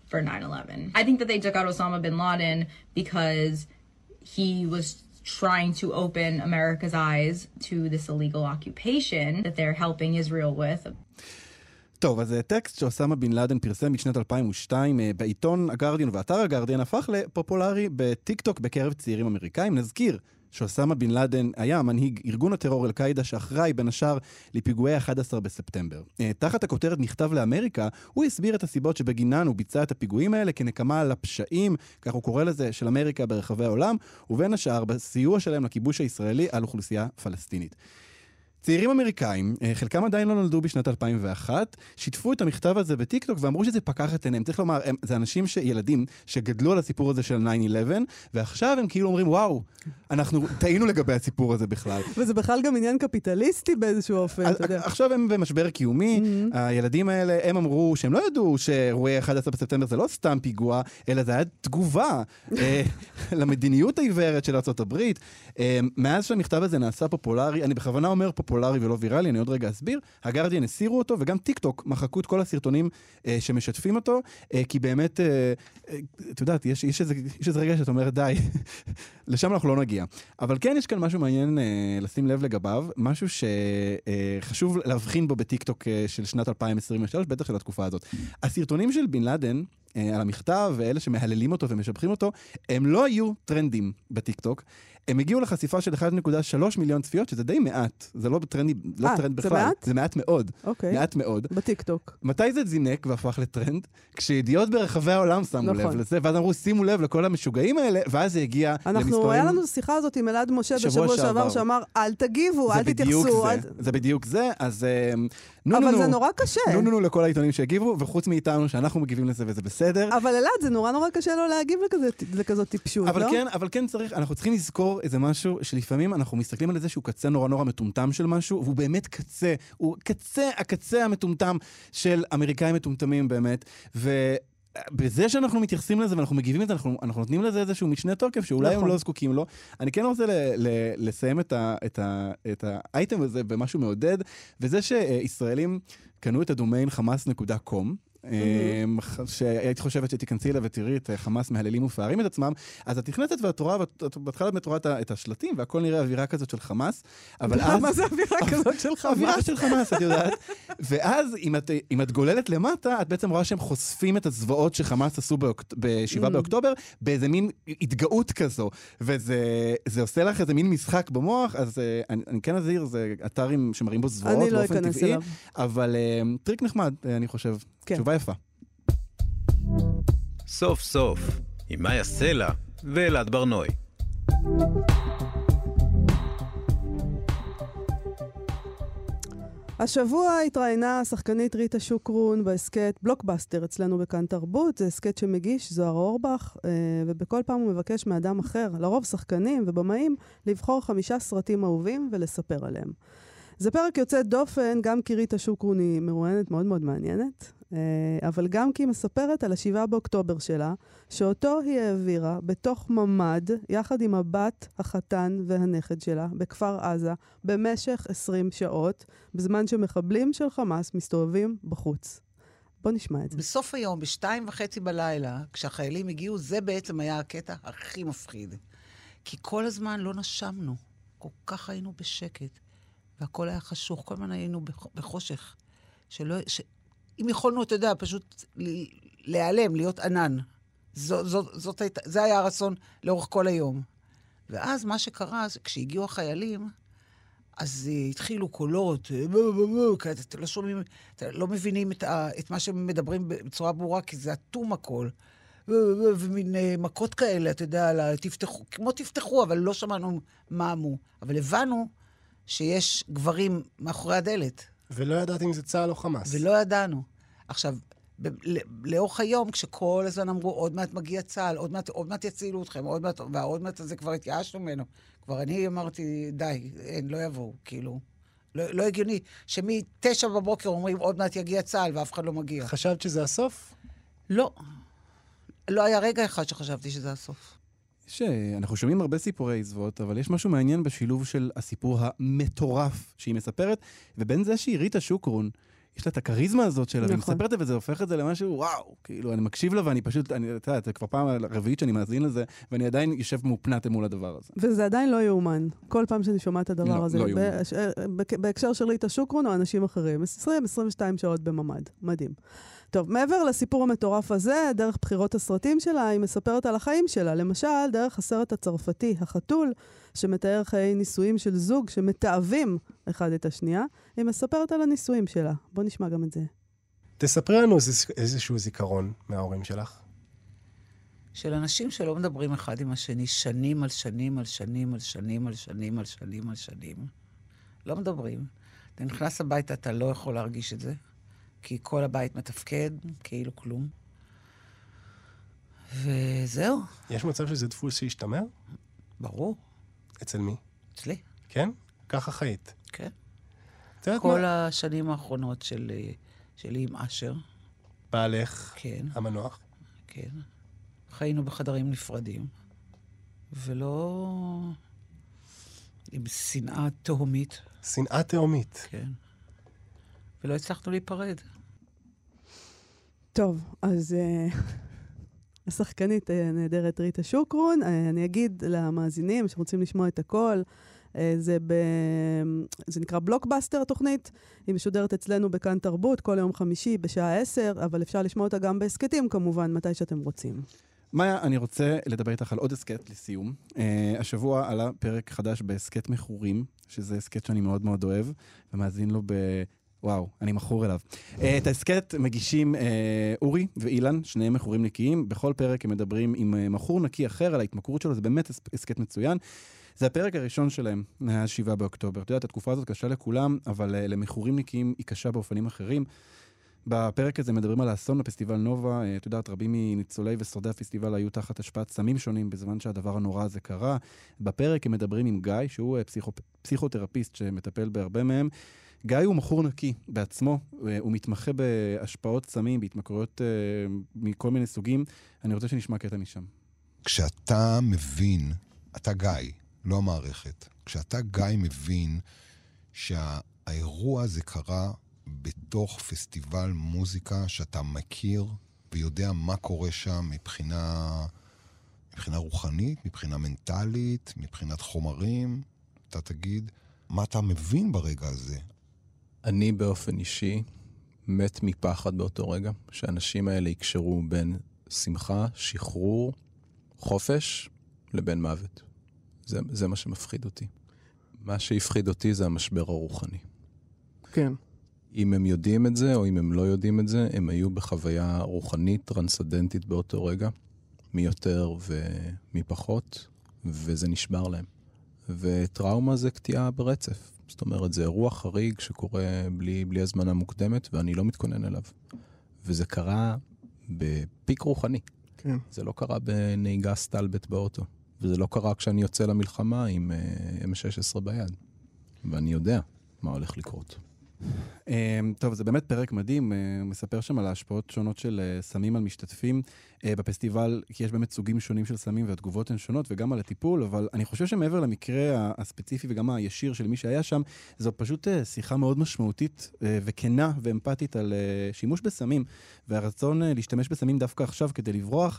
for nine eleven. I think that they took out Osama bin Laden because he was trying to open America's eyes to this illegal occupation that they're helping Israel with. טוב, אז טקסט שאוסמה בן לאדן פרסם בשנת אלפיים ושתיים בעיתון הגרדיאן ואתר הגרדיאן הפך לפופולרי בטיק-טוק בקרב צעירים אמריקאים. נזכיר שאוסמה בן לאדן היה מנהיג ארגון הטרור אל-קאידה שאחראי בין השאר לפיגועי אחד עשר בספטמבר. תחת הכותרת נכתב לאמריקה, הוא הסביר את הסיבות שבגינן הוא ביצע את הפיגועים האלה כנקמה על הפשעים, כך הוא קורא לזה, של אמריקה ברחבי העולם, ובין השאר בסיוע שלהם לכיבוש הישראלי על אוכלוסייה פלסטינית. צעירים אמריקאים, חלקם עדיין לא נולדו בשנת אלפיים ואחת, שיתפו את המכתב הזה בטיקטוק ואמרו שזה פקח את עיניהם. צריך לומר, הם, זה אנשים, ש, ילדים שגדלו על הסיפור הזה של נין אלבן, ועכשיו הם כאילו אומרים, וואו, אנחנו טעינו לגבי הסיפור הזה בכלל. וזה בכלל גם עניין קפיטליסטי באיזשהו אופן, אתה יודע. עכשיו הם במשבר קיומי, mm-hmm. הילדים האלה, הם אמרו שהם לא ידעו שאירועי אחד עשר בספטמבר זה לא סתם פיגוע, אלא זה היה תגובה למדיניות העיוורת של ארצות הברית. מאז שהמכתב הזה נעשה פופולרי, אני בכוונה אומר פופולרי ולא ויראלי, אני עוד רגע אסביר, הגרדיאן הסירו אותו, וגם טיק טוק מחקו את כל הסרטונים אה, שמשתפים אותו, אה, כי באמת, אה, אה, אתה יודעת, יש, יש, איזה, יש איזה רגע שאת אומרת, די, לשם אנחנו לא נגיע. אבל כן, יש כאן משהו מעניין אה, לשים לב לגביו, משהו שחשוב אה, להבחין בו בטיק טוק אה, של שנת אלפיים עשרים ושלוש, בטח של התקופה הזאת. הסרטונים של בן לאדן, אה, על המכתב, ואלה שמהללים אותו ומשבחים אותו, הם לא היו טרנדים בטיק טוק, הם הגיעו לחשיפה של אחד נקודה שלוש מיליון צפיות, שזה די מעט. זה לא טרנד, לא 아, טרנד בכלל. זה מעט? זה מעט מאוד. אוקיי. מעט מאוד. בטיקטוק. מתי זה זינק והפך לטרנד? כשידיעות ברחבי העולם שמו נכון. לב לזה, ואז אמרו, שימו לב לכל המשוגעים האלה, ואז זה הגיע אנחנו, למספרים... היה לנו שיחה הזאת עם אלעד משה בשבוע שעבר, שאמר, אל תגיבו, אל תתייחסו. זה. אל... זה בדיוק זה, אז... נו, אבל נו, זה נו. נורא קשה. נו, נו, נו, לכל העיתונים שהגיבו, וחוץ מאיתנו שאנחנו מגיבים לזה וזה בסדר. אבל אלעד, זה נורא נורא קשה לו להגיב לכזה, לכזאת טיפשות, אבל לא? כן, אבל כן צריך, אנחנו צריכים לזכור איזה משהו שלפעמים אנחנו מסתכלים על זה שהוא קצה נורא נורא מטומטם של משהו, והוא באמת קצה, הוא קצה, הקצה המטומטם של אמריקאים מטומטמים באמת, ובזה שאנחנו מתייחסים לזה ואנחנו מגיבים את זה, אנחנו, אנחנו נותנים לזה איזשהו משנה תוקף שאולי נכון. הם לא זקוקים לו. אני כן רוצה ל, ל, לסיים את, ה, את, ה, את האייטם הזה במשהו מעודד, וזה שישראלים קנו את הדומיין חמאס נקודה קום, שהייתי חושבת שתיכנסי לה ותראי את חמאס מהללים ופארים את עצמם, אז את נכנסת ואת רואה, ואת בהתחלה באמת רואה את השלטים, והכל נראה אווירה כזאת של חמאס, אבל אז... מה זה אווירה כזאת של חמאס? אווירה של חמאס, את יודעת. ואז, אם את גוללת למטה, את בעצם רואה שהם חושפים את הזוועות שחמאס עשו בשבעה באוקטובר, באיזה מין התגאות כזו, וזה עושה לך איזה מין משחק במוח, אז אני כן אזהיר, זה אתרים שמראים בו זוועות באופן טבעי, אבל טריק נחמד, אני חושב. תשובה יפה. סוף סוף, עם מאיה סלע ואלעד ברנוי. השבוע התראיינה השחקנית ריטה שוקרון בהסקט בלוקבאסטר אצלנו בכאן תרבות. זה הסקט שמגיש זוהר אורבך, ובכל פעם הוא מבקש מאדם אחר, לרוב שחקנים ובמאים, לבחור חמישה סרטים אהובים ולספר עליהם. זה פרק יוצא דופן, גם כי ריטה שוקרון היא מרואיינת מאוד מאוד מעניינת, אבל גם כי היא מספרת על השבעה באוקטובר שלה, שאותו היא העבירה בתוך ממד, יחד עם הבת, החתן והנכד שלה, בכפר עזה, במשך עשרים שעות, בזמן שמחבלים של חמאס מסתובבים בחוץ. בוא נשמע את זה. בסוף היום, בשתיים וחצי בלילה, כשהחיילים הגיעו, זה בעצם היה הקטע הכי מפחיד. כי כל הזמן לא נשמנו. כל כך היינו בשקט. והכל היה חשוך. כל הזמן היינו בחושך. שלא... ש... אם יכולנו, אתה יודע, פשוט להיעלם, להיות ענן. זו, זו, זאת היית, זה היה הרצון לאורך כל היום. ואז מה שקרה, כשהגיעו החיילים, אז התחילו קולות, אתם לא שומעים, אתם לא מבינים את, ה, את מה שהם מדברים בצורה ברורה, כי זה אטום הכל. ומין מכות כאלה, אתה יודע, תפתחו, כמו תפתחו, אבל לא שמענו מה אמו. אבל הבנו שיש גברים מאחורי הדלת. ולא ידעת אם זה צהל או חמאס. ולא ידענו. עכשיו, ב- לאורך היום, כשכל הזמן אמרו, עוד מעט מגיע צהל, עוד מעט, עוד מעט יצילו אתכם, עוד מעט, והעוד מעט הזה כבר התייאשנו ממנו. כבר אני אמרתי, די, אין, לא יבואו, כאילו. לא, לא הגיוני, שמתשע בבוקר אומרים, עוד מעט יגיע צהל, ואף אחד לא מגיע. חשבת שזה הסוף? לא. לא היה רגע אחד שחשבתי שזה הסוף. שאנחנו שומעים הרבה סיפורי זוועות, אבל יש משהו מעניין בשילוב של הסיפור המטורף שהיא מספרת, ובין זה שהיא ריטה שוקרון, יש לה את הכריזמה הזאת שלה, והיא מספרת את זה, וזה הופך את זה למשהו, וואו, כאילו, אני מקשיב לה, ואני פשוט, אני, אתה יודע, זה כבר פעם רביעית שאני מאזין לזה, ואני עדיין יושב מופנת מול הדבר הזה. וזה עדיין לא יאומן. כל פעם שאני שומעת את הדבר הזה. לא יאומן. בהקשר של ריטה שוקרון או אנשים אחרים. עשרים עשרים ושתיים שעות בממד. מדהים. טוב, מעבר לסיפור המטורף הזה, דרך בחירות הסרטים שלה, היא מספרת על החיים שלה. למשל, דרך הסרט הצרפתי, החתול, שמתאר חיי נישואים של זוג שמתאהבים אחד את השנייה. היא מספרת על הנישואים שלה. בוא נשמע גם את זה. תספרי לנו איזשהו זיכרון מההורים שלך. של אנשים שלא מדברים אחד עם השני שנים על שנים על שנים על שנים על שנים על שנים על שנים. לא מדברים. אתה נכנס הביתה, אתה לא יכול להרגיש את זה, כי כל הבית מתפקד כאילו כלום. וזהו. יש מצב שזה דפוס שהשתמר? ברור. אצל מי? אצלי. כן? ככה חיית. כן. כל מה? השנים האחרונות של, שלי עם אשר. בעלך? כן. המנוח? כן. חיינו בחדרים נפרדים, ולא עם שנאה תהומית. שנאה תהומית? כן. ולא הצלחנו להיפרד. טוב, אז uh, השחקנית uh, נהדרת ריטה שוקרון, uh, אני אגיד למאזינים שרוצים לשמוע את הכל, uh, זה, ב, זה נקרא בלוקבאסטר התוכנית, היא משודרת אצלנו בכאן תרבות, כל יום חמישי בשעה עשר, אבל אפשר לשמוע אותה גם בהסקטים כמובן, מתי שאתם רוצים. מאיה, אני רוצה לדבר איתך על עוד הסקט לסיום. Uh, השבוע עלה פרק חדש בהסקט מחורים, שזה הסקט שאני מאוד מאוד אוהב, ומאזין לו ב... וואו, אני מכור אליו. Uh, את ההסקט מגישים uh, אורי ואילן, שניהם מכורים נקיים. בכל פרק הם מדברים עם uh, מכור נקי אחר על ההתמכרות שלו, זה באמת הסקט מצוין. זה הפרק הראשון שלהם, מהשבעה באוקטובר. אתה יודע, התקופה הזאת קשה לכולם, אבל uh, למכורים נקיים היא קשה באופנים אחרים. בפרק הזה מדברים על האסון בפסטיבל נובה. Uh, אתה יודעת, רבים מניצולי ושורדי הפסטיבל היו תחת השפעת סמים שונים בזמן שהדבר הנורא הזה קרה. בפרק הם מדברים עם גיא, שהוא uh, פסיכו, פסיכותרפיסט שמטפל בהרבה מהם. גיא הוא מכור נקי בעצמו, הוא מתמחה בהשפעות סמים, בהתמכרויות uh, מכל מיני סוגים. אני רוצה שנשמע קטע משם. כשאתה מבין, אתה גיא, לא המערכת, כשאתה גיא מבין שהאירוע הזה קרה בתוך פסטיבל מוזיקה שאתה מכיר ויודע מה קורה שם מבחינה, מבחינה רוחנית, מבחינה מנטלית, מבחינת חומרים, אתה תגיד, מה אתה מבין ברגע הזה? אני באופן אישי מת מפחד באותו רגע, שהאנשים האלה יקשרו בין שמחה, שחרור, חופש, לבין מוות. זה, זה מה שמפחיד אותי. מה שהפחיד אותי זה המשבר הרוחני. כן. אם הם יודעים את זה, או אם הם לא יודעים את זה, הם היו בחוויה רוחנית, טרנסדנטית באותו רגע, מי יותר ומי פחות, וזה נשבר להם. וטראומה זה קטיעה ברצף. זאת אומרת, זה אירוע חריג שקורה בלי, בלי הזמנה מוקדמת, ואני לא מתכונן אליו. וזה קרה בפיק רוחני. כן. זה לא קרה בנהיגה סטלבט באוטו. וזה לא קרה כשאני יוצא למלחמה עם אם שש עשרה ביד. ואני יודע מה הולך לקרות. טוב, זה באמת פרק מדהים, מספר שם על ההשפעות שונות של סמים על משתתפים בפסטיבל, כי יש באמת סוגים שונים של סמים והתגובות הן שונות, וגם על הטיפול, אבל אני חושב שמעבר למקרה הספציפי וגם הישיר של מי שהיה שם, זו פשוט שיחה מאוד משמעותית וכנה ואמפתית על שימוש בסמים, והרצון להשתמש בסמים דווקא עכשיו כדי לברוח.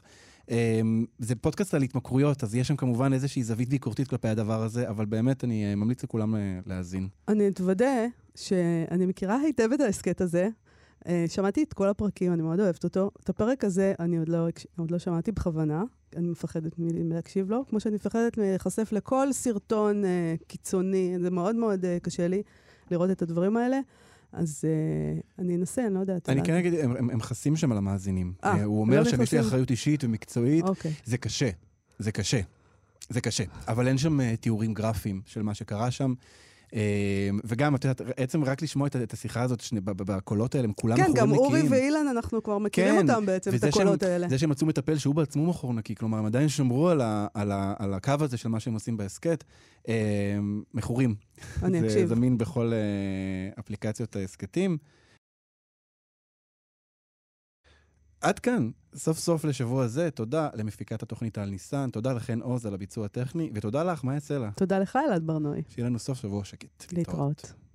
זה פודקאסט על התמכרויות, אז יש שם כמובן איזושהי זווית ביקורתית כלפי הדבר הזה, אבל באמת אני ממליץ לכולם להאזין. אני אתוודא שאני מכירה היטב את ההסקט הזה, שמעתי את כל הפרקים, אני מאוד אוהבת אותו. את הפרק הזה אני עוד לא, עוד לא שמעתי בכוונה, אני מפחדת מלהקשיב לו, כמו שאני מפחדת להיחשף לכל סרטון קיצוני, זה מאוד מאוד קשה לי לראות את הדברים האלה. אז uh, אני אנסה, אני לא יודעת. אני כן אגיד, הם, הם, הם חסים שם על המאזינים. 아, הוא אומר שהם יש לי אחריות אישית ומקצועית. Okay. זה קשה, זה קשה, זה קשה. אבל אין שם uh, תיאורים גרפיים של מה שקרה שם. Uh, וגם, את יודעת, בעצם רק לשמוע את, את השיחה הזאת, שני, בקולות האלה, הם כולם כן, מכורים נקיים. כן, גם אורי ואילן, אנחנו כבר מכירים כן, אותם בעצם, את הקולות שהם, האלה. זה שהם מצאו מטפל שהוא בעצמו מכור נקי, כלומר, הם עדיין שמרו על, ה, על, ה, על הקו הזה של מה שהם עושים בהסקט. Uh, מכורים. אני אקשיב. זה זמין בכל uh, אפליקציות ההסקטים. עד כאן, סוף סוף לשבוע הזה, תודה למפיקת התוכנית על ניסן, תודה לכן עוז על הביצוע הטכני, ותודה לך, מאיה סלע. תודה לך, אלעד ברנועי. שיהיה לנו סוף שבוע שקט. להתראות.